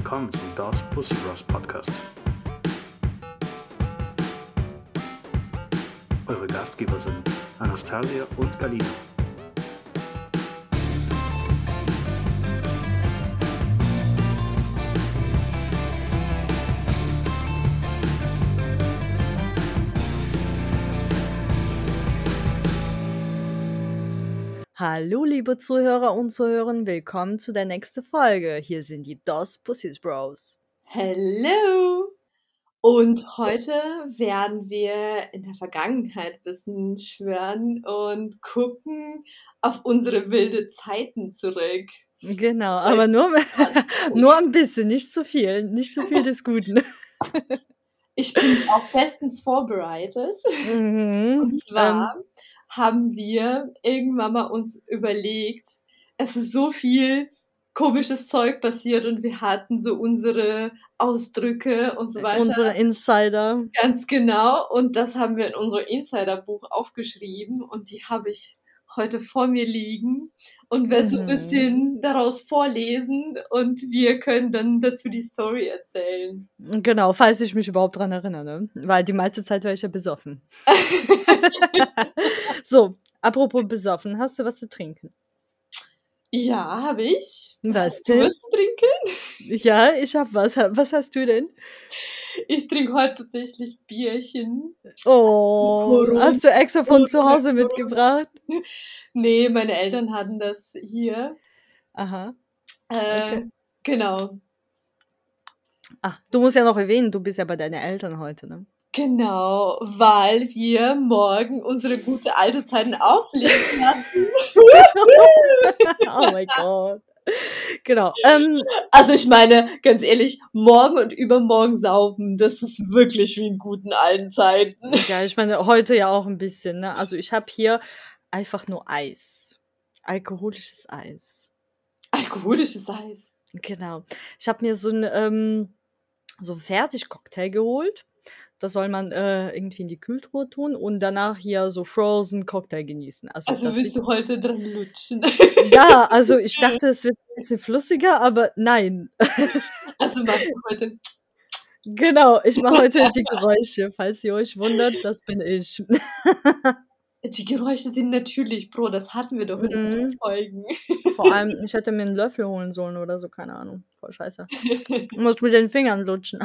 willkommen zum Das Pussy Bros Podcast. Eure Gastgeber sind Anastasia und Galina. Hallo liebe Zuhörer und Zuhörerinnen, willkommen zu der nächsten Folge. Hier sind die DOS Pussys Bros. Hello! Und heute werden wir in der Vergangenheit ein bisschen schwören und gucken auf unsere wilde Zeiten zurück. Genau, Das aber heißt, nur ein bisschen, nicht so viel des Guten. ich bin auch bestens vorbereitet. Und zwar haben wir irgendwann mal uns überlegt, es ist so viel komisches Zeug passiert und wir hatten so unsere Ausdrücke und so weiter. Unsere Insider. Ganz genau. Und das haben wir in unser Insiderbuch aufgeschrieben und die habe ich heute vor mir liegen und werde so ein bisschen daraus vorlesen und wir können dann dazu die Story erzählen. Genau, falls ich mich überhaupt dran erinnere, ne? Weil die meiste Zeit war ich ja besoffen. So, apropos besoffen, hast du was zu trinken? Ja, habe ich. Was Du denn? was zu trinken? Ja, ich hab was. Was hast du denn? Ich trinke heute tatsächlich Bierchen. Oh, hast du extra von zu Hause mitgebracht? Nee, meine Eltern hatten das hier. Aha. Okay. Genau. Ach, du musst ja noch erwähnen, du bist ja bei deinen Eltern heute, ne? Genau, weil wir morgen unsere gute alte Zeiten aufleben lassen. Oh mein Gott. Genau. Also ich meine, ganz ehrlich, morgen und übermorgen saufen, das ist wirklich wie in guten alten Zeiten. Ja, ich meine, heute ja auch ein bisschen, ne? Also ich habe hier einfach nur Eis. Alkoholisches Eis. Alkoholisches Eis? Genau. Ich habe mir so ein Fertigcocktail geholt. Das soll man irgendwie in die Kühltruhe tun und danach hier so Frozen Cocktail genießen. Also willst du heute dran lutschen? Ja, also ich dachte, es wird ein bisschen flüssiger, aber nein. Also machst du heute... Genau, ich mache heute die Geräusche. Falls ihr euch wundert, das bin ich. Die Geräusche sind natürlich, Bro, das hatten wir doch in den Folgen. Vor allem, ich hätte mir einen Löffel holen sollen oder so, keine Ahnung. Voll scheiße. Ich muss mit den Fingern lutschen.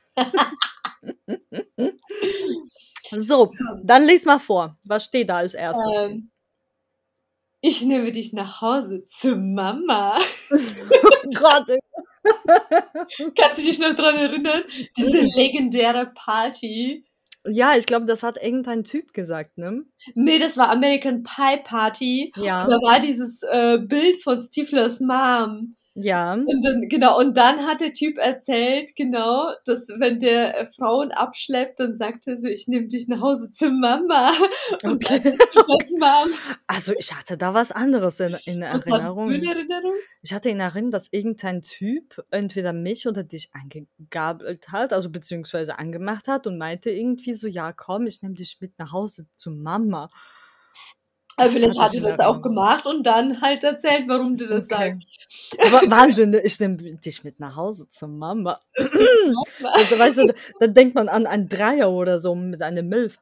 So, dann lies mal vor. Was steht da als erstes? Ich nehme dich nach Hause zu Mama. Oh Gott. Kannst du dich noch dran erinnern? Diese legendäre Party. Ja, ich glaube, das hat irgendein Typ gesagt, ne? Nee, das war American Pie Party. Ja. Und da war dieses Bild von Stiflers Mom. Ja. Und dann, genau, und dann hat der Typ erzählt, genau, dass wenn der Frauen abschleppt, dann sagt er so, ich nehme dich nach Hause zu Mama. Und Okay. das ist Stiflers Mom. Also ich hatte da was anderes in Erinnerung. Was hattest du in Erinnerung? Ich hatte in Erinnerung, dass irgendein Typ entweder mich oder dich eingegabelt hat, also beziehungsweise angemacht hat und meinte irgendwie so, ja komm, ich nehme dich mit nach Hause zu Mama. Aber vielleicht hat er das auch gemacht und dann halt erzählt, warum du das sagst. Aber Wahnsinn, ich nehme dich mit nach Hause zu Mama. Also weißt du, da denkt man an einen Dreier oder so mit einer Milf.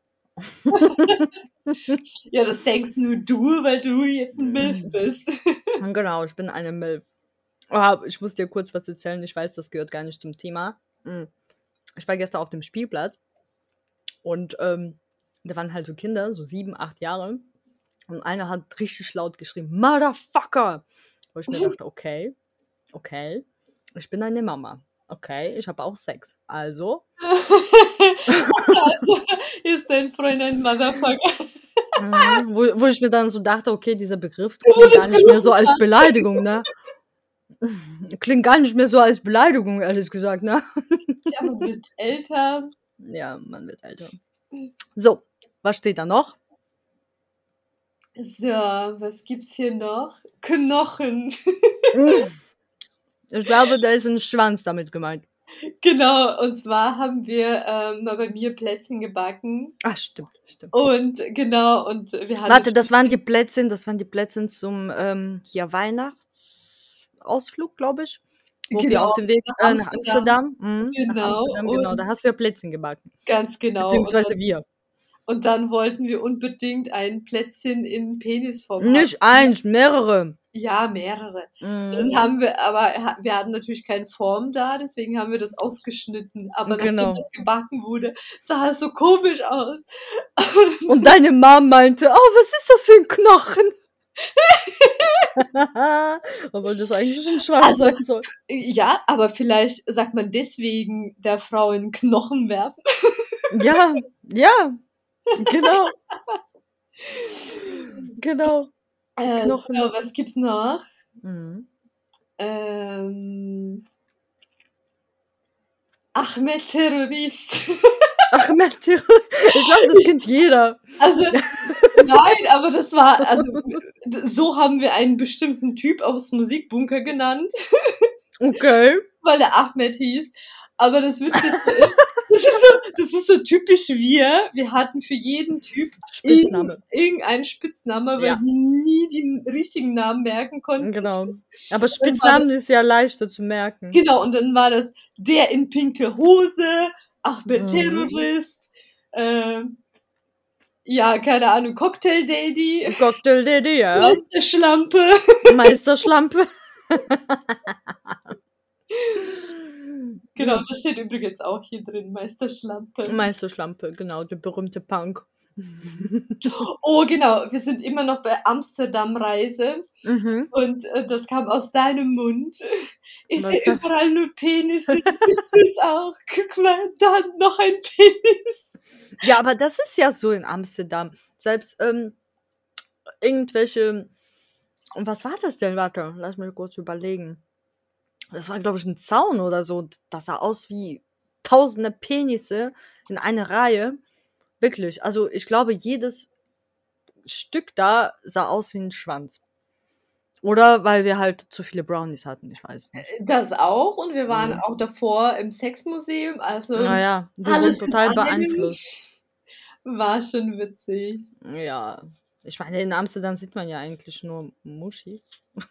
Ja, das denkst nur du, weil du jetzt ein Milf bist. Genau, ich bin eine Milf. Oh, ich muss dir kurz was erzählen. Ich weiß, das gehört gar nicht zum Thema. Ich war gestern auf dem Spielplatz und da waren halt so Kinder, so 7, 8 Jahre. Und einer hat richtig laut geschrien, Motherfucker! Wo ich mir dachte, okay, ich bin eine Mama. Okay, ich habe auch Sex. Also. Also ist dein Freund ein Motherfucker. Wo ich mir dann so dachte, okay, dieser Begriff klingt gar nicht mehr so als Beleidigung, ne? Klingt gar nicht mehr so als Beleidigung, ehrlich gesagt, ne? Ja, man wird älter. Ja, man wird älter. So, was steht da noch? So, was gibt's hier noch? Knochen. Ich glaube, da ist ein Schwanz damit gemeint. Genau, und zwar haben wir mal bei mir Plätzchen gebacken. Ach, stimmt. Und genau, und wir haben... Warte, das waren die Plätzchen zum hier Weihnachtsausflug, glaube ich. Wo wir Genau, auf dem Weg nach nach Amsterdam. Amsterdam, nach Genau, Amsterdam, genau, da und hast du ja Plätzchen gebacken. ganz genau. Beziehungsweise wir. Und dann wollten wir unbedingt ein Plätzchen in Penisform haben. Nicht eins, mehrere. Ja, mehrere. Dann Mhm. haben wir, aber wir hatten natürlich keine Form da, deswegen haben wir das ausgeschnitten. Aber nachdem Genau. das gebacken wurde, sah es so komisch aus. Und deine Mom meinte, oh, was ist das für ein Knochen? Obwohl das eigentlich ein Schwanz Also, sein soll. ja, aber vielleicht sagt man deswegen der Frau einen Knochen werfen. Ja, ja, genau. Genau. Knochen. So, was gibt's noch? Mhm. Ahmed Terrorist. Ahmed Terrorist. Ich glaube, das kennt jeder. Also, nein, aber das war, also, so haben wir einen bestimmten Typ aus Musikbunker genannt. Okay. Weil der Ahmed hieß. Aber das Witzige ist, das ist so typisch wir. Wir hatten für jeden Typ Spitzname. irgendeinen Spitzname, weil Ja. wir nie den richtigen Namen merken konnten. Genau. Aber Spitznamen ist ja leichter zu merken. Genau, und dann war das der in pinke Hose, Ahmed Terrorist, ja, keine Ahnung, Cocktail Daddy, Cocktail Daddy, ja. Meisterschlampe. Meisterschlampe. Genau, das steht übrigens auch hier drin, Meisterschlampe. Meisterschlampe, genau, der berühmte Punk. Oh, genau, wir sind immer noch bei Amsterdam-Reise. Mhm. Und das kam aus deinem Mund. Ich Was sehe da- überall nur Penisse. Siehst du es auch? Guck mal, da noch ein Penis. Ja, aber das ist ja so in Amsterdam. Selbst irgendwelche. Und was war das denn? Warte, lass mich kurz überlegen. Das war, glaube ich, ein Zaun oder so. Das sah aus wie tausende Penisse in eine Reihe. Wirklich. Also, ich glaube, jedes Stück da sah aus wie ein Schwanz. Oder weil wir halt zu viele Brownies hatten, ich weiß nicht. Das auch. Und wir waren Mhm. auch davor im Sexmuseum. Also Naja, wir alles wurden total in allem beeinflusst. war schon witzig. Ja. Ich meine, in Amsterdam sieht man ja eigentlich nur Muschis.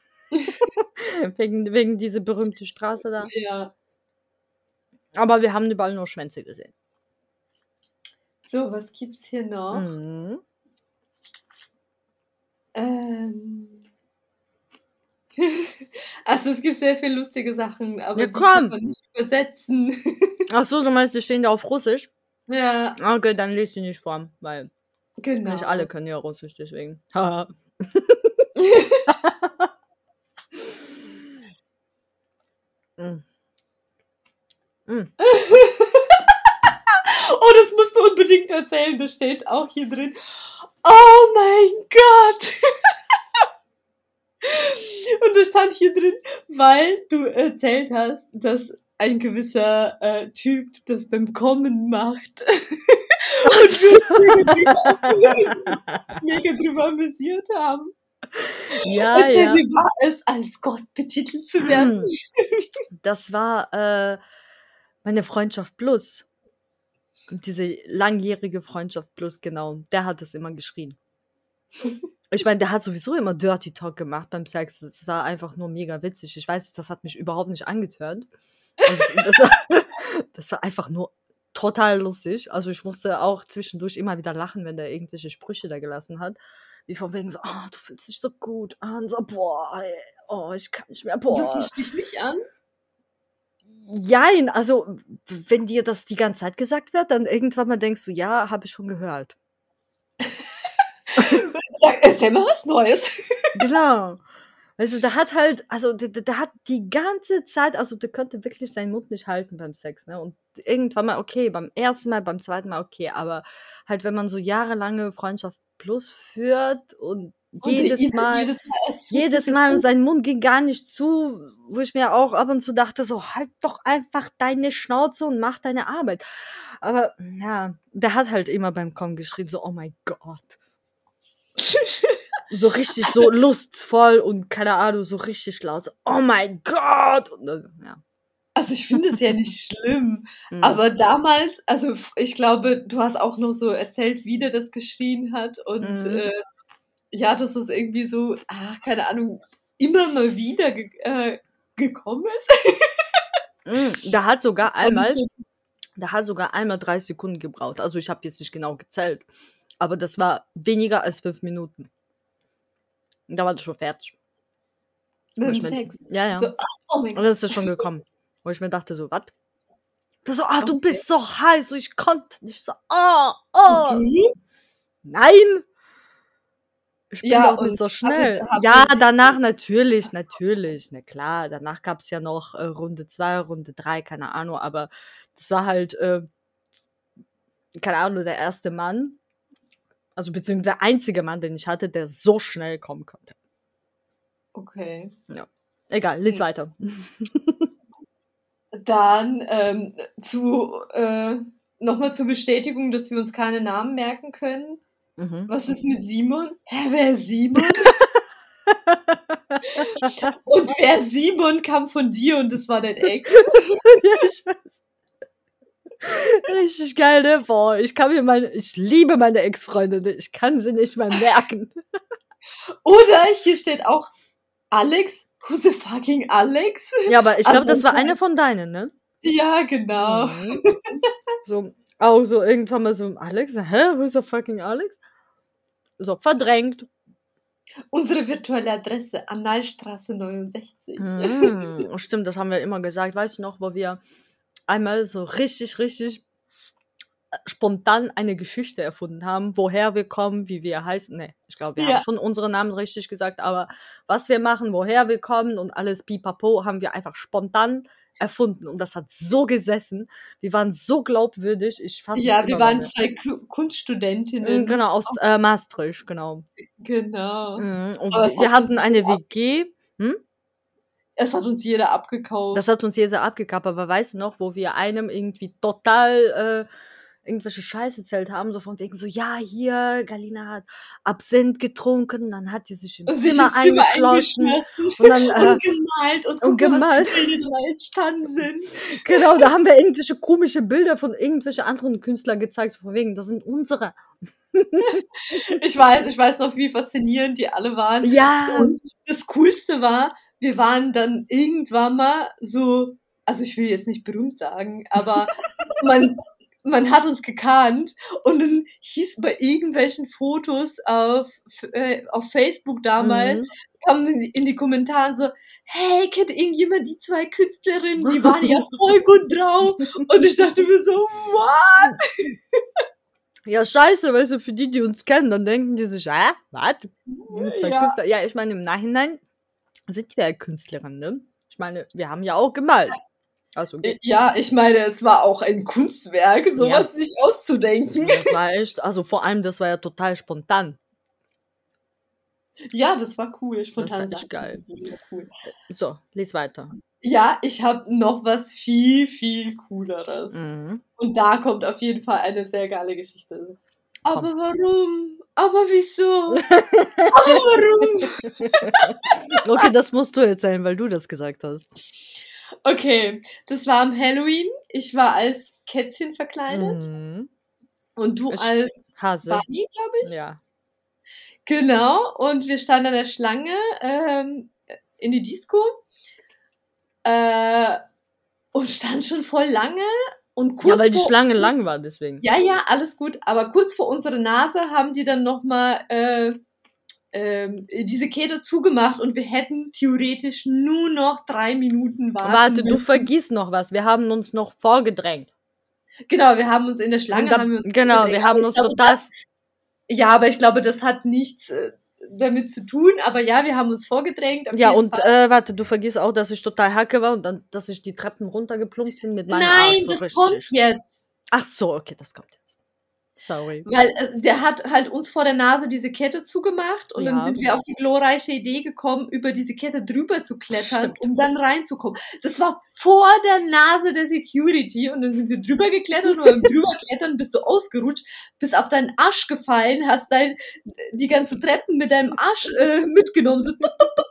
wegen dieser berühmten Straße da. Ja. Aber wir haben überall nur Schwänze gesehen. So, was gibt's hier noch? Mhm. Also es gibt sehr viele lustige Sachen, aber Ja, die kann komm. man nicht übersetzen. Ach so, du meinst, die stehen da auf Russisch? Ja, Okay, dann lese ich nicht vor, weil genau. nicht alle können ja Russisch, deswegen. Haha. Mm. Mm. Oh, das musst du unbedingt erzählen, das steht auch hier drin. Oh mein Gott! Und das stand hier drin, weil du erzählt hast, dass ein gewisser Typ das beim Kommen macht. Und wir mega drüber amüsiert haben. Ja, Erzähl, ja. wie war es, als Gott betitelt zu werden? Das war meine Freundschaft Plus. Diese langjährige Freundschaft Plus, genau. Der hat das immer geschrien. Ich meine, der hat sowieso immer Dirty Talk gemacht beim Sex. Das war einfach nur mega witzig. Ich weiß, das hat mich überhaupt nicht angetört. Das war einfach nur total lustig. Also ich musste auch zwischendurch immer wieder lachen, wenn der irgendwelche Sprüche da gelassen hat. Wie von wegen so, oh, du fühlst dich so gut an. So, boah, ey, oh, ich kann nicht mehr, Das boah. macht dich nicht an? Jein, also wenn dir das die ganze Zeit gesagt wird, dann irgendwann mal denkst du, ja, habe ich schon gehört. Sag, erzähl mal was Neues. Genau. Also der hat halt, also der hat die ganze Zeit, also der konnte wirklich seinen Mund nicht halten beim Sex, ne? Und irgendwann mal okay, beim ersten Mal, beim zweiten Mal okay, aber halt, wenn man so jahrelange Freundschaft Plus führt und jedes Mal und sein Mund ging gar nicht zu, wo ich mir auch ab und zu dachte, so halt doch einfach deine Schnauze und mach deine Arbeit. Aber ja, der hat halt immer beim Kommen geschrien, so oh mein Gott. So richtig so lustvoll und keine Ahnung, so richtig laut, so oh mein Gott. Und, ja. Also ich finde es ja nicht schlimm, aber damals, also ich glaube, du hast auch noch so erzählt, wie der das geschrien hat und ja, das ist irgendwie so, keine Ahnung, immer mal wieder gekommen ist. Da hat sogar einmal Und 3 Sekunden gebraucht. Also ich habe jetzt nicht genau gezählt. Aber das war weniger als 5 Minuten. Und da war das schon fertig. Wo mit ich dem mir, Sex. ja. So, oh mein Und Gott. dann ist das schon gekommen. Wo ich mir dachte so, was? Da so, du Okay. bist so heiß. So, ich konnte nicht so, Und du? Nein. Ich bin Ja, doch nicht und so schnell. habt Ja, ihr sich danach natürlich. Na klar, danach gab es ja noch Runde 2, Runde 3, keine Ahnung, aber das war halt, keine Ahnung, der erste Mann, also beziehungsweise der einzige Mann, den ich hatte, der so schnell kommen konnte. Okay. Ja. Egal, lies weiter. Dann nochmal zur Bestätigung, dass wir uns keine Namen merken können. Was ist mit Simon? Hä, wer ist Simon? Und wer Simon kam von dir und das war dein Ex? Ja, ich weiß. Richtig geil, ne? Boah, ich liebe meine Ex-Freunde, ich kann sie nicht mal merken. Oder hier steht auch Alex. Who's the fucking Alex? Ja, aber ich glaube, Also das war eine von deinen, ne? Ja, genau. So, auch so irgendwann mal so, Alex, hä? Who's the fucking Alex? So, verdrängt. Unsere virtuelle Adresse, Annalstraße 69. Stimmt, das haben wir immer gesagt. Weißt du noch, wo wir einmal so richtig spontan eine Geschichte erfunden haben, woher wir kommen, wie wir heißen. Ne, ich glaube, wir haben schon unsere Namen richtig gesagt, aber was wir machen, woher wir kommen und alles pipapo, haben wir einfach spontan erfunden. Und das hat so gesessen. Wir waren so glaubwürdig. Ja, wir waren 2 Kunststudentinnen. Genau, aus Maastricht, genau. Genau. Und wir hatten eine WG. Es hat uns jeder abgekauft. Das hat uns jeder abgekauft, aber weißt du noch, wo wir einem irgendwie total irgendwelche Scheiße erzählt haben, so von wegen so, ja, hier, Galina hat Absinth getrunken, dann hat die sich im Zimmer eingeschlossen und dann gemalt und guck mal, was für Bilder da entstanden sind. Genau, da haben wir irgendwelche komische Bilder von irgendwelchen anderen Künstlern gezeigt, so von wegen, das sind unsere. Ich weiß noch, wie faszinierend die alle waren. Ja. Und das Coolste war, wir waren dann irgendwann mal so, also ich will jetzt nicht berühmt sagen, aber man hat uns gekannt und dann hieß bei irgendwelchen Fotos auf Facebook damals, kamen in die Kommentare so, hey, kennt irgendjemand die 2 Künstlerinnen, die waren ja voll gut drauf. Und ich dachte mir so, what? Ja, scheiße, weißt du, für die uns kennen, dann denken die sich, was? Künstler. Ja, ich meine, im Nachhinein sind wir ja Künstlerinnen, ne? Ich meine, wir haben ja auch gemalt. Also, okay. Ja, ich meine, es war auch ein Kunstwerk, sowas nicht auszudenken. Das war echt, also vor allem, das war ja total spontan. Ja, das war cool. Spontan. Das war echt geil. Cool. So, lies weiter. Ja, ich habe noch was viel, viel Cooleres. Und da kommt auf jeden Fall eine sehr geile Geschichte. Aber warum? Aber wieso? Aber warum? Okay, das musst du erzählen, weil du das gesagt hast. Okay, das war am Halloween. Ich war als Kätzchen verkleidet. Und du als Hase. Bunny, glaube ich. Ja. Genau, und wir standen an der Schlange in die Disco und standen schon voll lange. Und kurz weil die Schlange lang war, deswegen. Ja, alles gut. Aber kurz vor unserer Nase haben die dann nochmal diese Kette zugemacht und wir hätten theoretisch nur noch 3 Minuten warten Warte, müssen. du vergisst noch was. Wir haben uns noch vorgedrängt. Genau, wir haben uns in der Schlange wir haben uns total... Ja, aber ich glaube, das hat nichts damit zu tun. Aber ja, wir haben uns vorgedrängt. Ja, und warte, du vergisst auch, dass ich total hacke war und dann, dass ich die Treppen runtergeplumpst bin mit meinem Arsch. Nein, das kommt jetzt. Ach so, okay, das kommt jetzt. Sorry. Weil der hat halt uns vor der Nase diese Kette zugemacht und dann sind wir auf die glorreiche Idee gekommen, über diese Kette drüber zu klettern, um dann reinzukommen. Das war vor der Nase der Security und dann sind wir drüber geklettert und beim drüberklettern bist du ausgerutscht, bist auf deinen Arsch gefallen, hast die ganze Treppen mit deinem Arsch mitgenommen. So.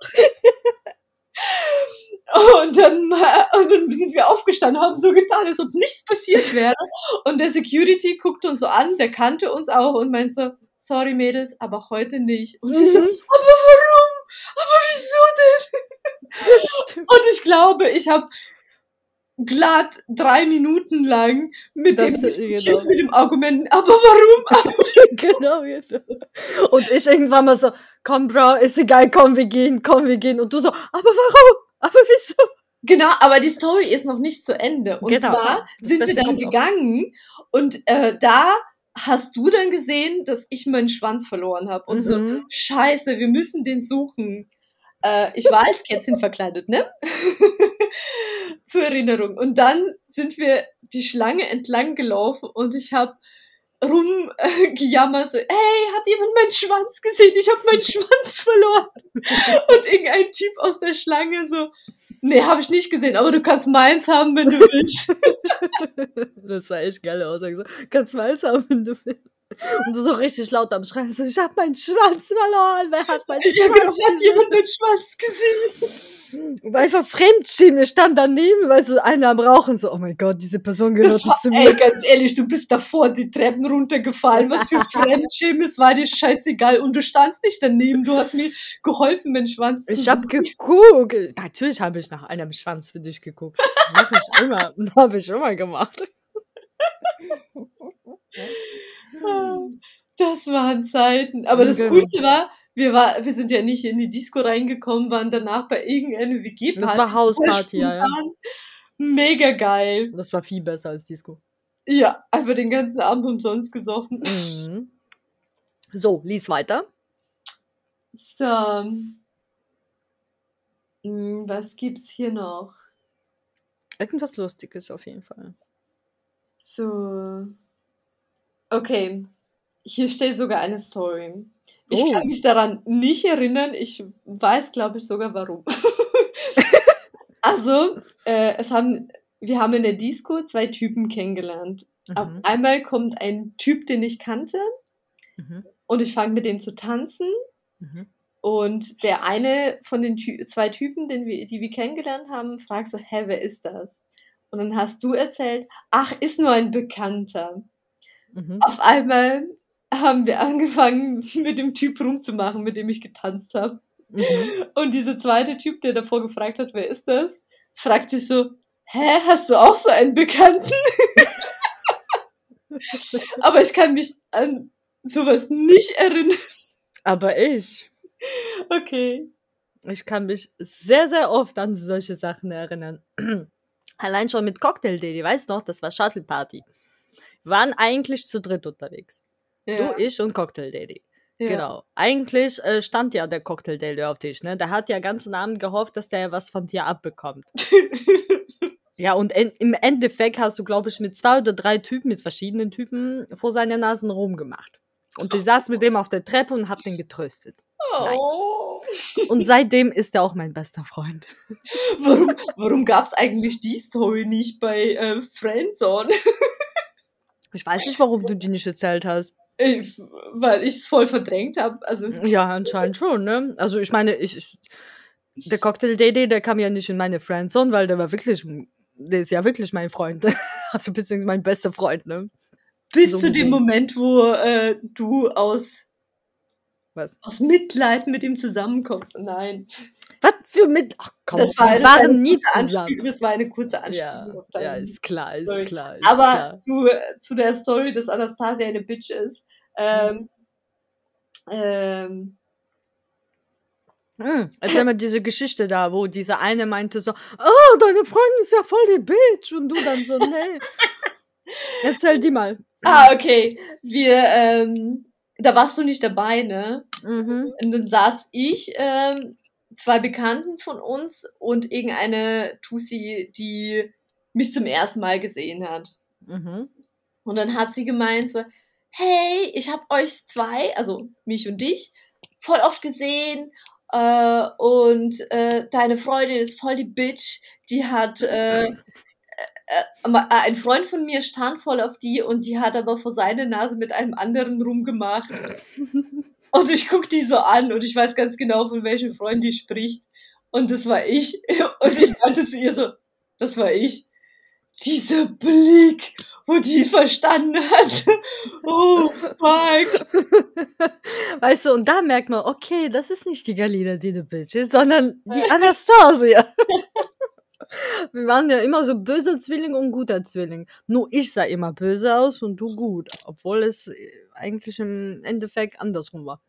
Und dann sind wir aufgestanden, haben so getan, als ob nichts passiert wäre. Und der Security guckte uns so an, der kannte uns auch und meinte so, sorry Mädels, aber heute nicht. Und ich so, aber warum? Aber wieso denn? Stimmt. Und ich glaube, ich habe glatt 3 Minuten lang mit dem Argument, aber warum? Genau. Und ich irgendwann mal so, komm Bro, ist egal, komm, wir gehen. Und du so, aber warum? Aber wieso? Genau, aber die Story ist noch nicht zu Ende. Und zwar sind wir dann gegangen und da hast du dann gesehen, dass ich meinen Schwanz verloren habe. Und so, scheiße, wir müssen den suchen. Ich war als Kätzchen verkleidet, ne? Zur Erinnerung. Und dann sind wir die Schlange entlang gelaufen und ich habe rumgejammert, so, hey, hat jemand meinen Schwanz gesehen? Ich habe meinen Schwanz verloren. Und irgendein Typ aus der Schlange so, nee, habe ich nicht gesehen, aber du kannst meins haben, wenn du willst. Das war echt geile Aussage. So, kannst meins haben, wenn du willst. Und du so richtig laut am Schreien, so, ich hab meinen Schwanz verloren. Wer hat meinen Schwanz gesehen? Hat jemand meinen Schwanz gesehen? Und einfach Fremdschämen, ich stand daneben, weil so einer am Rauchen, so, oh mein Gott, diese Person gehört nicht zu mir. Ey, ganz ehrlich, du bist davor die Treppen runtergefallen. Was für Fremdschämen, es war dir scheißegal. Und du standst nicht daneben, du hast mir geholfen, meinen Schwanz zu Ich hab geguckt. Natürlich habe ich nach einem Schwanz für dich geguckt. Hab ich immer gemacht. Das waren Zeiten. Aber das Coolste war, wir sind ja nicht in die Disco reingekommen, waren danach bei irgendeiner WG-Party. Das war Hausparty, ja. Mega geil. Das war viel besser als Disco. Ja, einfach den ganzen Abend umsonst gesoffen. Mhm. So, lies weiter. So. Was gibt's hier noch? Irgendwas Lustiges auf jeden Fall. So. Okay. Hier steht sogar eine Story. Ich kann mich daran nicht erinnern. Ich weiß, glaube ich, sogar warum. Also, wir haben in der Disco 2 Typen kennengelernt. Auf einmal kommt ein Typ, den ich kannte. Und ich fange mit dem zu tanzen. Und der eine von den 2 Typen, die wir kennengelernt haben, fragt so, hä, wer ist das? Und dann hast du erzählt, ach, ist nur ein Bekannter. Auf einmal haben wir angefangen, mit dem Typ rumzumachen, mit dem ich getanzt habe. Und dieser zweite Typ, der davor gefragt hat, wer ist das, fragte ich so, hä, hast du auch so einen Bekannten? Aber ich kann mich an sowas nicht erinnern. Aber ich. Okay. Ich kann mich sehr, sehr oft an solche Sachen erinnern. Allein schon mit Cocktail Daddy, weißt du noch, das war Shuttle Party. Wir waren eigentlich zu dritt unterwegs. Ja. Du, ich und Cocktail Daddy. Ja. Genau. Eigentlich stand ja der Cocktail Daddy auf Tisch, ne? Der hat ja ganzen Abend gehofft, dass der was von dir abbekommt. Ja, und im Endeffekt hast du, glaube ich, mit 2 oder 3 Typen, mit verschiedenen Typen vor seiner Nase rumgemacht. Und ich saß mit dem auf der Treppe und hab den getröstet. Oh. Nice. Und seitdem ist er auch mein bester Freund. Warum gab's eigentlich die Story nicht bei Friendzone? Ich weiß nicht, warum du die nicht erzählt hast. Weil ich es voll verdrängt habe. Also. Ja, anscheinend schon, ne? Also ich meine, der Cocktail Daddy, der kam ja nicht in meine Friendzone, weil der ist ja wirklich mein Freund. Also beziehungsweise mein bester Freund, ne? Bis zu dem Moment, wo du aus Mitleid mit ihm zusammenkommst. Nein. Was für Ach komm, wir waren nie zusammen. Das war eine kurze Anspielung. Ja, ist klar. Aber zu der Story, dass Anastasia eine Bitch ist. Erzähl mal diese Geschichte da, wo dieser eine meinte so, oh, deine Freundin ist ja voll die Bitch. Und du dann so, nee. Erzähl die mal. Okay. Da warst du nicht dabei, ne? Und dann saß ich, 2 Bekannten von uns und irgendeine Tussi, die mich zum ersten Mal gesehen hat. Und dann hat sie gemeint so, hey, ich hab euch 2, also mich und dich, voll oft gesehen und deine Freundin ist voll die Bitch, die hat ein Freund von mir stand voll auf die und die hat aber vor seiner Nase mit einem anderen rumgemacht. Und ich guck die so an und ich weiß ganz genau, von welchem Freund die spricht. Und das war ich. Und ich meinte zu ihr so, das war ich. Dieser Blick, wo die verstanden hat. Oh, fuck. Weißt du, und da merkt man, okay, das ist nicht die Galina, die eine Bitch ist, sondern die Anastasia. Wir waren ja immer so böser Zwilling und guter Zwilling. Nur ich sah immer böse aus und du gut. Obwohl es eigentlich im Endeffekt andersrum war.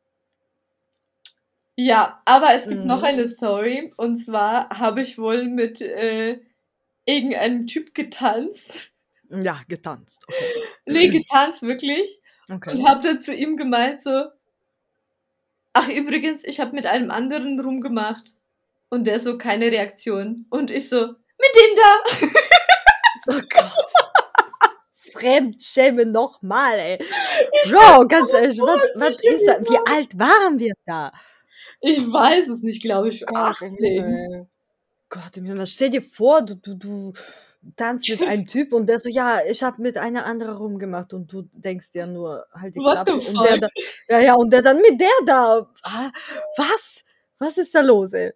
Ja, aber es gibt noch eine Story. Und zwar habe ich wohl mit irgendeinem Typ getanzt. Ja, getanzt. Okay. Nee, getanzt wirklich. Okay. Und habe dann zu ihm gemeint so, ach übrigens, ich habe mit einem anderen rumgemacht. Und der so, keine Reaktion. Und ich so, mit dem da. Oh Gott. Fremdschämen nochmal, ey. Bro, ganz ehrlich, was ist das? Wie alt waren wir da? Ich weiß es nicht, glaube ich. Gott, 18. Gott, stell dir vor, du tanzt mit einem Typ und der so, ja, ich habe mit einer anderen rumgemacht und du denkst ja nur, halt die What Klappe. the Und der fuck? da, und der dann mit der da. Was? Was ist da los, ey?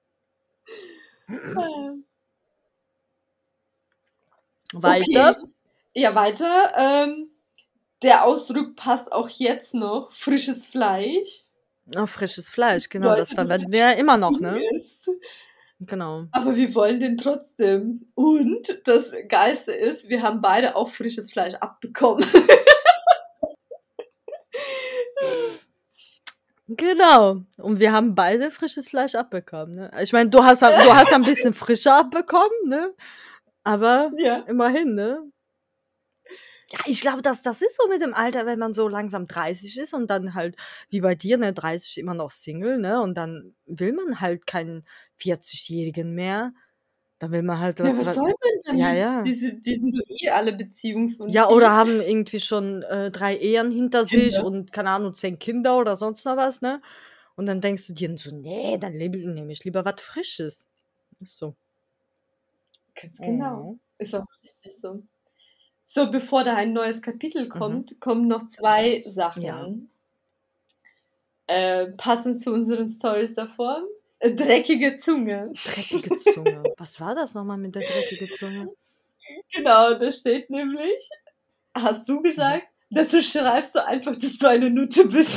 Weiter. Okay. Ja, weiter. Der Ausdruck passt auch jetzt noch. Frisches Fleisch. Oh, frisches Fleisch, genau, Leute, das verwenden wir ja immer noch, ne? Ist. Genau. Aber wir wollen den trotzdem. Und das Geilste ist, wir haben beide auch frisches Fleisch abbekommen. Genau. Und wir haben beide frisches Fleisch abbekommen, ne? Ich meine, du hast ein bisschen frischer abbekommen, ne? Aber Ja. immerhin, ne? Ja, ich glaube, das ist so mit dem Alter, wenn man so langsam 30 ist und dann halt, wie bei dir, ne, 30 immer noch Single, ne? Und dann will man halt keinen 40-Jährigen mehr. Dann will man halt Ja, was soll man damit? ja. Die sind doch eh alle beziehungsunfähig. Ja, oder haben irgendwie schon 3 Ehen hinter sich und, keine Ahnung, 10 Kinder oder sonst noch was, ne? Und dann denkst du dir so, nee, dann nehme ich lieber was Frisches. Ist so. Ganz genau. Ist auch richtig so. So, bevor da ein neues Kapitel kommt, kommen noch 2 Sachen. Ja. Passend zu unseren Stories davor. Dreckige Zunge. Dreckige Zunge. Was war das nochmal mit der dreckigen Zunge? Genau, da steht nämlich, hast du gesagt, dazu schreibst du einfach, dass du eine Nutte bist.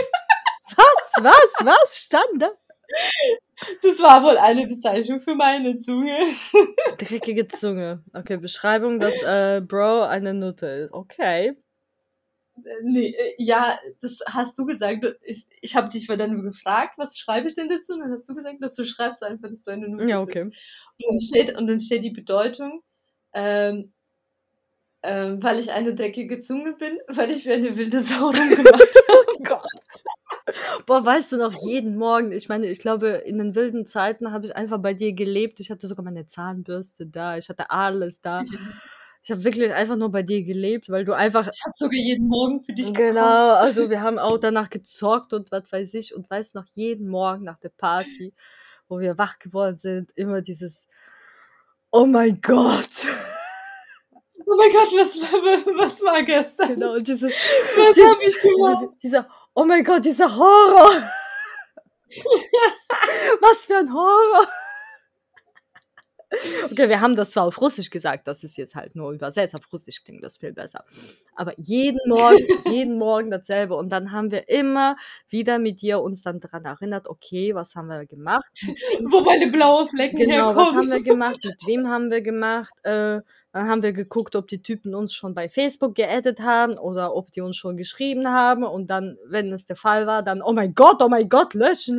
Was stand da? Das war wohl eine Bezeichnung für meine Zunge. Dreckige Zunge. Okay, Beschreibung, dass Bro eine Nutte ist. Okay. Nee, ja, das hast du gesagt. Ich habe dich dann gefragt, was schreibe ich denn dazu? Und dann hast du gesagt, dass du schreibst einfach, dass du eine Nutte bist. Ja, okay. Und dann steht die Bedeutung, weil ich eine dreckige Zunge bin, weil ich wie eine wilde Sau rumgemacht habe. Oh Gott. Boah, weißt du noch, jeden Morgen, ich meine, ich glaube, in den wilden Zeiten habe ich einfach bei dir gelebt. Ich hatte sogar meine Zahnbürste da, ich hatte alles da. Ich habe wirklich einfach nur bei dir gelebt, weil du einfach... Ich habe sogar jeden Morgen für dich Genau, also wir haben auch danach gezockt und was weiß ich. Und weißt noch, jeden Morgen nach der Party, wo wir wach geworden sind, immer dieses oh mein Gott. Oh mein Gott, was war gestern? Genau, und dieses... Was habe ich gemacht? Dieser, oh mein Gott, dieser Horror. Was für ein Horror. Okay, wir haben das zwar auf Russisch gesagt, das ist jetzt halt nur übersetzt. Auf Russisch klingt das viel besser. Aber jeden Morgen dasselbe. Und dann haben wir immer wieder mit dir uns dann daran erinnert, okay, was haben wir gemacht? Wo meine blauen Flecken Genau, herkommen. was haben wir gemacht? Mit wem haben wir gemacht? Dann haben wir geguckt, ob die Typen uns schon bei Facebook geaddet haben oder ob die uns schon geschrieben haben. Und dann, wenn es der Fall war, dann, oh mein Gott, löschen.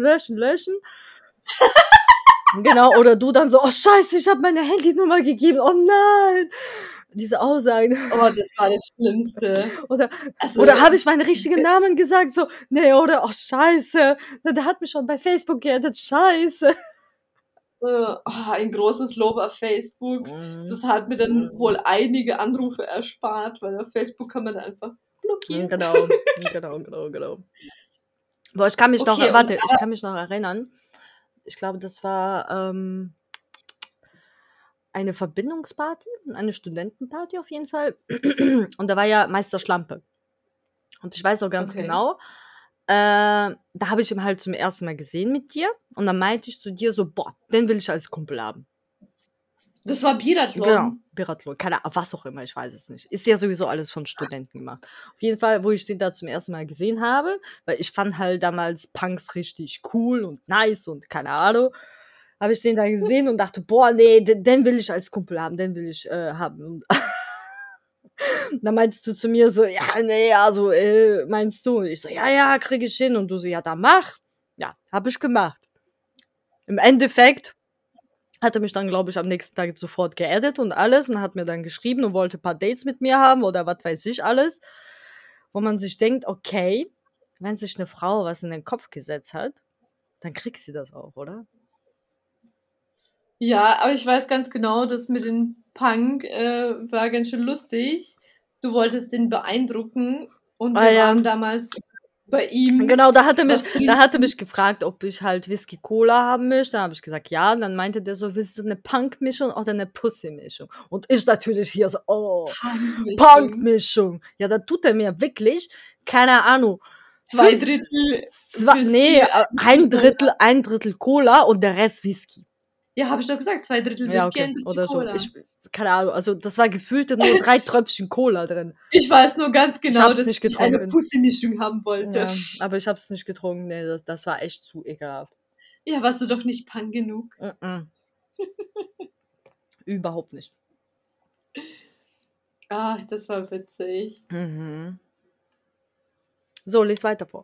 Genau, oder du dann so, oh scheiße, ich habe meine Handynummer gegeben, oh nein. Diese Aussagen. Oh, das war das Schlimmste. Oder habe ich meinen richtigen Namen gesagt, so, nee, oder, oh scheiße, der hat mich schon bei Facebook geaddet, scheiße. Ein großes Lob auf Facebook. Das hat mir dann wohl einige Anrufe erspart, weil auf Facebook kann man einfach blockieren. Genau. Boah, ich kann mich noch erinnern. Ich glaube, das war eine Verbindungsparty, eine Studentenparty auf jeden Fall. Und da war ja Meister Schlampe. Und ich weiß auch ganz genau, da habe ich ihn halt zum ersten Mal gesehen mit dir. Und dann meinte ich zu dir so, boah, den will ich als Kumpel haben. Das war Biathlon. Genau, Biathlon. Keine Ahnung, was auch immer, ich weiß es nicht. Ist ja sowieso alles von Studenten gemacht. Auf jeden Fall, wo ich den da zum ersten Mal gesehen habe, weil ich fand halt damals Punks richtig cool und nice und keine Ahnung, habe ich den da gesehen und dachte, boah, nee, den will ich als Kumpel haben, den will ich haben. Und dann meintest du zu mir so, ja, nee, also, meinst du? Und ich so, ja, krieg ich hin. Und du so, ja, dann mach. Ja, hab ich gemacht. Im Endeffekt hat er mich dann, glaube ich, am nächsten Tag sofort geaddet und alles und hat mir dann geschrieben und wollte ein paar Dates mit mir haben oder was weiß ich alles. Wo man sich denkt, okay, wenn sich eine Frau was in den Kopf gesetzt hat, dann kriegt sie das auch, oder? Ja, aber ich weiß ganz genau, das mit dem Punk war ganz schön lustig. Du wolltest den beeindrucken und wir Ja. waren damals bei ihm. Genau, da hat er trinken. mich gefragt, ob ich halt Whisky Cola haben möchte. Dann habe ich gesagt, ja. Und dann meinte der so, willst du eine Punk-Mischung oder eine Pussy-Mischung? Und ich natürlich hier so, oh, Punk-Mischung. Ja, da tut er mir wirklich, keine Ahnung. 2 Drittel. Nee, ein Drittel Cola und der Rest Whisky. Ja, habe ich doch gesagt, 2 Drittel Whisky, Ja, okay. ein Drittel Oder so. Cola. Keine Ahnung, also das war gefühlt nur 3 Tröpfchen Cola drin. Ich weiß nur ganz genau, dass nicht ich eine getrunken. Pussy-Mischung haben wollte. Ja, aber ich hab's nicht getrunken. Nee, das war echt zu ekelhaft. Ja, warst du doch nicht Punk genug. Überhaupt nicht. Ach, das war witzig. Mhm. So, lies weiter vor.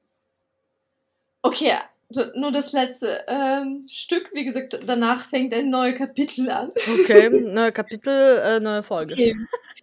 Okay, nur das letzte Stück. Wie gesagt, danach fängt ein neues Kapitel an. Okay, neues Kapitel, neue Folge. Okay,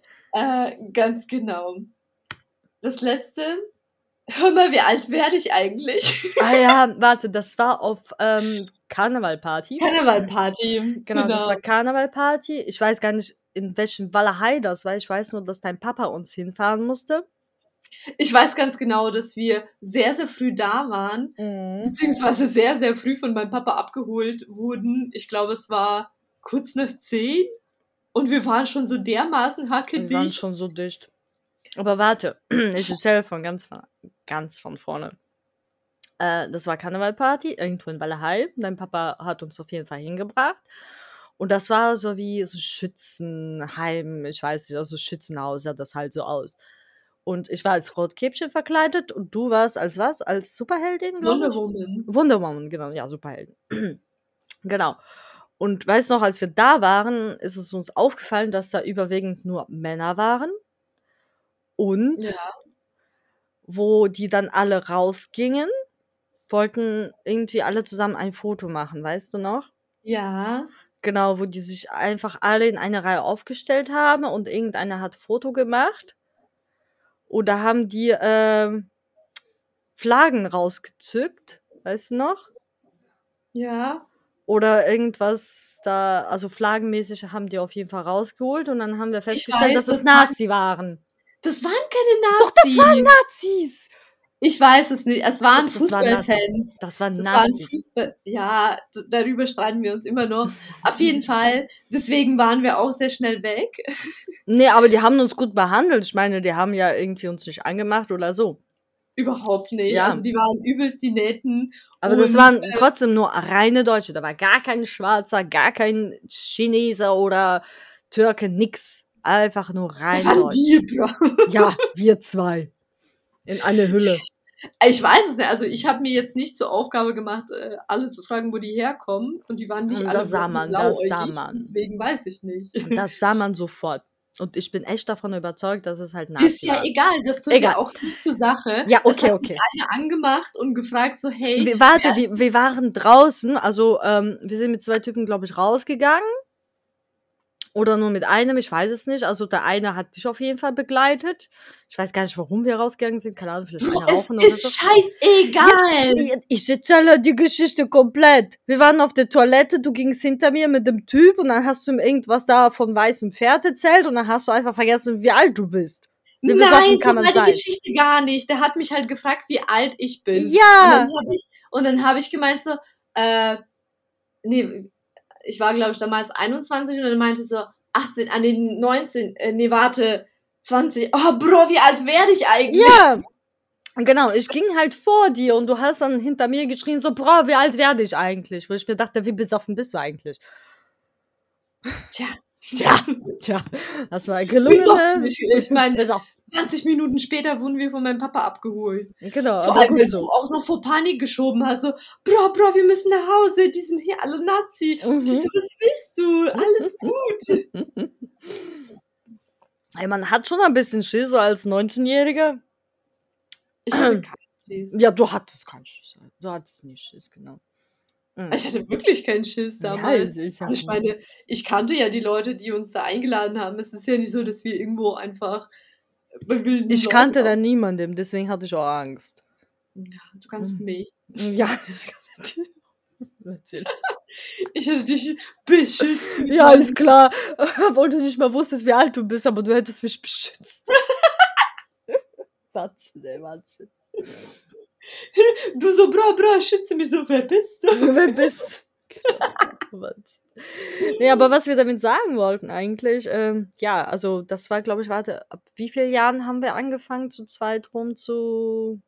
ganz genau. Das letzte. Hör mal, wie alt werde ich eigentlich? Ah ja, warte, das war auf Karnevalparty. Karnevalparty. Genau, das war Karnevalparty. Ich weiß gar nicht, in welchem Walachei das war. Ich weiß nur, dass dein Papa uns hinfahren musste. Ich weiß ganz genau, dass wir sehr, sehr früh da waren, beziehungsweise sehr, sehr früh von meinem Papa abgeholt wurden. Ich glaube, es war kurz nach 10 und wir waren schon so dermaßen hackedicht. Wir waren schon so dicht. Aber warte, ich erzähle von ganz von vorne. Das war Karnevalparty, irgendwo in Walachei. Dein Papa hat uns auf jeden Fall hingebracht. Und das war so wie so Schützenheim, ich weiß nicht, also Schützenhaus sah das halt so aus. Und ich war als Rotkäppchen verkleidet und du warst als was? Als Superheldin, glaube ich? Wonder Woman, genau, ja, Superheldin. Genau. Und weißt du noch, als wir da waren, ist es uns aufgefallen, dass da überwiegend nur Männer waren. Und wo die dann alle rausgingen, wollten irgendwie alle zusammen ein Foto machen, weißt du noch? Ja. Genau, wo die sich einfach alle in eine Reihe aufgestellt haben und irgendeiner hat Foto gemacht. Oder haben die Flaggen rausgezückt, weißt du noch? Ja. Oder irgendwas da, also flaggenmäßig haben die auf jeden Fall rausgeholt und dann haben wir festgestellt, dass es Nazi waren. Das waren keine Nazis. Doch, das waren Nazis! Ich weiß es nicht. Es waren Fußballfans. Das waren Nazis. Ja, darüber streiten wir uns immer noch. Auf jeden Fall. Deswegen waren wir auch sehr schnell weg. Nee, aber die haben uns gut behandelt. Ich meine, die haben ja irgendwie uns nicht angemacht oder so. Überhaupt nicht. Ja. Also die waren übelst die Netten. Aber das waren trotzdem nur reine Deutsche. Da war gar kein Schwarzer, gar kein Chineser oder Türke, nix. Einfach nur rein Deutsch. Ja, wir zwei. In eine Hülle. Ich weiß es nicht. Also ich habe mir jetzt nicht zur Aufgabe gemacht, alle zu fragen, wo die herkommen. Und die waren nicht alle das sah man. Deswegen weiß ich nicht. Das sah man sofort. Und ich bin echt davon überzeugt, dass es halt Nazi ist ja egal, das tut ja auch nicht zur Sache. Ja, okay, das hat mich einer angemacht und gefragt so, hey. Wir waren draußen, also wir sind mit 2 Typen, glaube ich, rausgegangen. Oder nur mit einem, ich weiß es nicht. Also der eine hat dich auf jeden Fall begleitet. Ich weiß gar nicht, warum wir rausgegangen sind. Keine Ahnung, vielleicht rauchen oder so. Es ist scheißegal. Ja, ich erzähle die Geschichte komplett. Wir waren auf der Toilette, du gingst hinter mir mit dem Typ und dann hast du ihm irgendwas da von weißem Pferd erzählt und dann hast du einfach vergessen, wie alt du bist. Wie Nein, kann man sein? Die Geschichte gar nicht. Der hat mich halt gefragt, wie alt ich bin. Ja. Und dann habe ich gemeint so, nee, ich war, glaube ich, damals 21 und dann meinte so, 18, 19, nee, warte, 20. Oh, Bro, wie alt werde ich eigentlich? Ja, genau, ich ging halt vor dir und du hast dann hinter mir geschrien so, Bro, wie alt werde ich eigentlich? Wo ich mir dachte, wie besoffen bist du eigentlich? Tja, das war Bis auf gelungene. mich. Ich meine, Bis auf. 20 Minuten später wurden wir von meinem Papa abgeholt. Genau, Vor aber allem, gut wenn so. du auch noch vor Panik geschoben hast, so, Bro, wir müssen nach Hause, die sind hier alle Nazi. Und ich so, was willst du? Alles gut. Ey, man hat schon ein bisschen Schiss so als 19-Jähriger. Ich hatte keinen Schiss. Ja, du hattest keinen Schiss. Du hattest nie Schiss, genau. Ich hatte wirklich keinen Schiss damals. Ja, ist ja Also ich meine, ich kannte ja die Leute, die uns da eingeladen haben. Es ist ja nicht so, dass wir irgendwo einfach bei wilden Ich Leuten kannte da auf- niemandem, deswegen hatte ich auch Angst. Ja, du kannst mich. Ja, natürlich. Ich hätte dich beschützt. mit Ja, meinem- ist klar. Obwohl du nicht mal wusstest, wie alt du bist, aber du hättest mich beschützt. Wahnsinn, ey, Wahnsinn. Du so, Bro, schütze mich so, wer bist du? Wer bist Wahnsinn. Nee, aber was wir damit sagen wollten eigentlich, ja, also das war, glaube ich, warte, ab wie vielen Jahren haben wir angefangen, zu zweit rum zu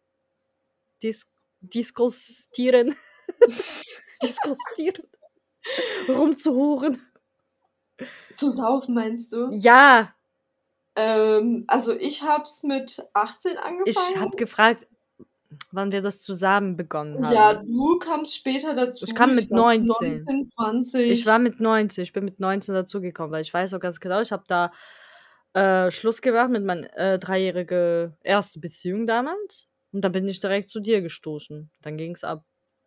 diskutieren? Diskutieren. Rumzuhuren. Zu saufen, meinst du? Ja, Also ich hab's mit 18 angefangen. ich habe gefragt, wann wir das zusammen begonnen haben. Ja, du kamst später dazu. Ich kam mit glaub, 19. 19, 20. Ich war mit 19, ich bin mit 19 dazugekommen, weil ich weiß auch ganz genau, ich habe da Schluss gemacht mit meiner 3-jährigen erste Beziehung damals. Und dann bin ich direkt zu dir gestoßen. Dann ging's ab.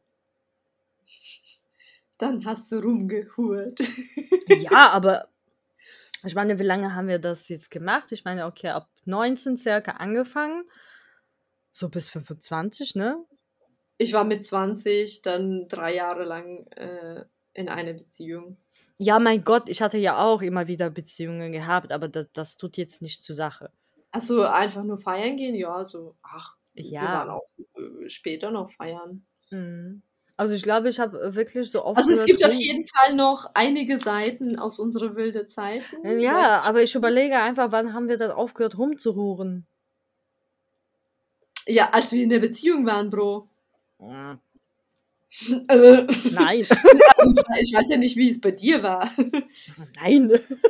Dann hast du rumgehurt. Ja, aber ich meine, wie lange haben wir das jetzt gemacht? Ich meine, okay, ab 19 circa angefangen. So bis 25, ne? Ich war mit 20 dann 3 Jahre lang in einer Beziehung. Ja, mein Gott, ich hatte ja auch immer wieder Beziehungen gehabt, aber das tut jetzt nicht zur Sache. Achso, einfach nur feiern gehen? Ja, so, wir waren Ja. auch später noch feiern. Mhm. Also ich glaube, ich habe wirklich so oft Also es gehört, gibt auf jeden Fall noch einige Seiten aus unserer wilden Zeiten. Ja, aber ich überlege einfach, wann haben wir dann aufgehört rumzuhuren? Ja, als wir in der Beziehung waren, Bro. Nein. Ich weiß ja nicht, wie es bei dir war. Nein.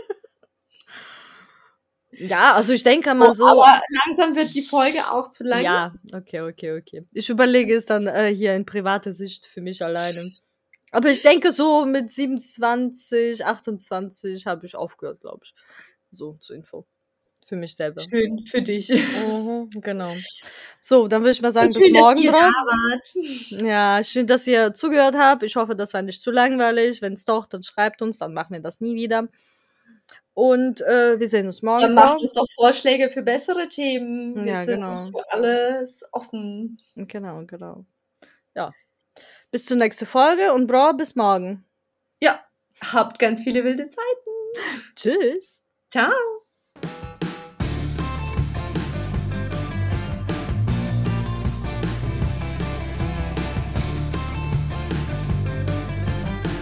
Ja, also ich denke mal so. Aber langsam wird die Folge auch zu lang. Ja, okay. Ich überlege es dann hier in privater Sicht für mich alleine. Aber ich denke so mit 27, 28 habe ich aufgehört, glaube ich. So zur Info. Für mich selber. Schön für dich. Genau. So, dann würde ich mal sagen, schön, bis morgen, dass ihr Bro. da wart. Ja, schön, dass ihr zugehört habt. Ich hoffe, das war nicht zu langweilig. Wenn es doch, dann schreibt uns, dann machen wir das nie wieder. Und wir sehen uns morgen. Dann macht uns doch Vorschläge für bessere Themen. Wir Ja, sind genau. für alles offen. Genau. Ja. Bis zur nächsten Folge und Bro, bis morgen. Ja, habt ganz viele wilde Zeiten. Tschüss. Ciao.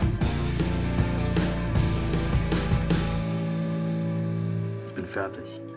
Ich bin fertig.